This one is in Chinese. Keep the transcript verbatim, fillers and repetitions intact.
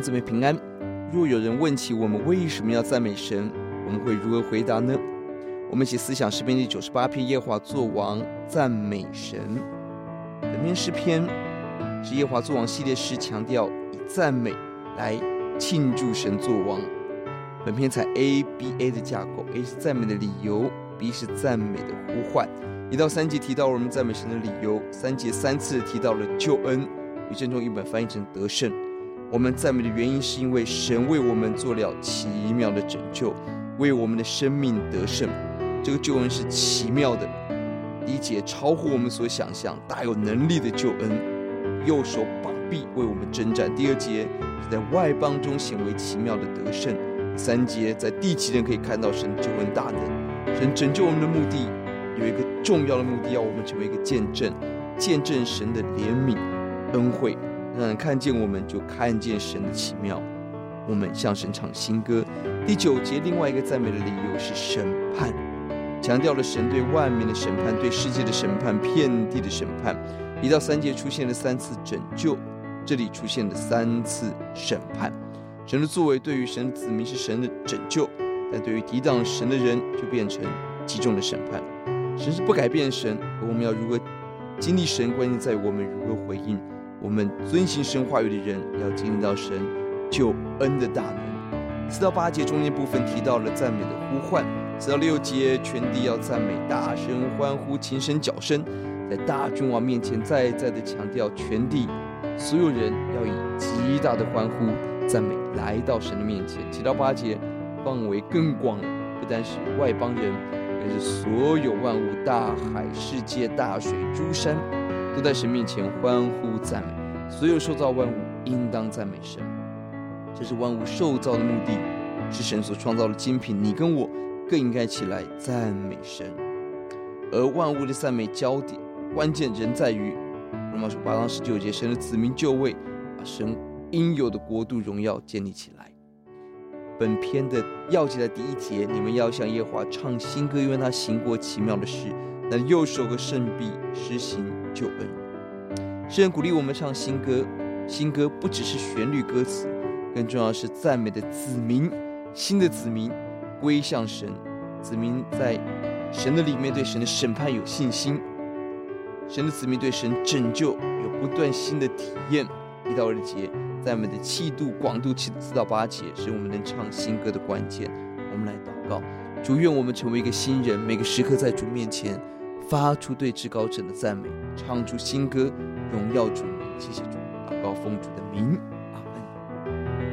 姊妹平安。若有人问起我们为什么要赞美神，我们会如何回答呢？我们一起思想诗篇第九十八篇，耶和华作王，赞美神。本篇诗篇是耶和华作王系列诗，强调以赞美来庆祝神作王。本篇采 A B A 的架构， A 是赞美的理由， B 是赞美的呼唤。一到三节提到我们赞美神的理由，三节三次提到了救恩，与正中译本翻译成得胜。我们赞美的原因是因为神为我们做了奇妙的拯救，为我们的生命得胜。这个救恩是奇妙的。第一节超乎我们所想象，大有能力的救恩，右手膀臂为我们征战。第二节是在外邦中显为奇妙的得胜。第三节在地极人可以看到神救恩大能。神拯救我们的目的有一个重要的目的，要我们成为一个见证，见证神的怜悯恩惠，让人看见我们就看见神的奇妙。我们向神唱新歌。第九节另外一个赞美的理由是审判，强调了神对万民的审判，对世界的审判，遍地的审判。一到三节出现了三次拯救，这里出现了三次审判。神的作为对于神的子民是神的拯救，但对于抵挡神的人就变成极重的审判。神是不改变神，而我们要如何经历神，关键在于我们如何回应。我们遵行神话语的人要经历到神救恩的大能。四到八节中间部分提到了赞美的呼唤。四到六节全地要赞美，大声欢呼，琴声角声，在大君王面前再再的强调，全地所有人要以极大的欢呼赞美来到神的面前。七到八节范围更广，不单是外邦人，更是所有万物，大海、世界、大水、诸山，都在神面前欢呼赞美。所有受造万物应当赞美神，这是万物受造的目的，是神所创造的精品。你跟我更应该起来赞美神。而万物的赞美焦点关键仍在于罗马书八章十九节，神的子民就位，把神应有的国度荣耀建立起来。本篇的要节的第一节，你们要向耶和华唱新歌，因为他行过奇妙的事，那右手和圣臂施行救恩。诗人鼓励我们唱新歌，新歌不只是旋律歌词，更重要的是赞美的子民，新的子民归向神，子民在神的里面对神的审判有信心，神的子民对神拯救有不断新的体验。一到二节赞美的气度广度，四到八节是我们能唱新歌的关键。我们来祷告，主，愿我们成为一个新人，每个时刻在主面前发出对至高者的赞美，唱出新歌，荣耀主名。谢谢主，祷告奉主的名，阿们。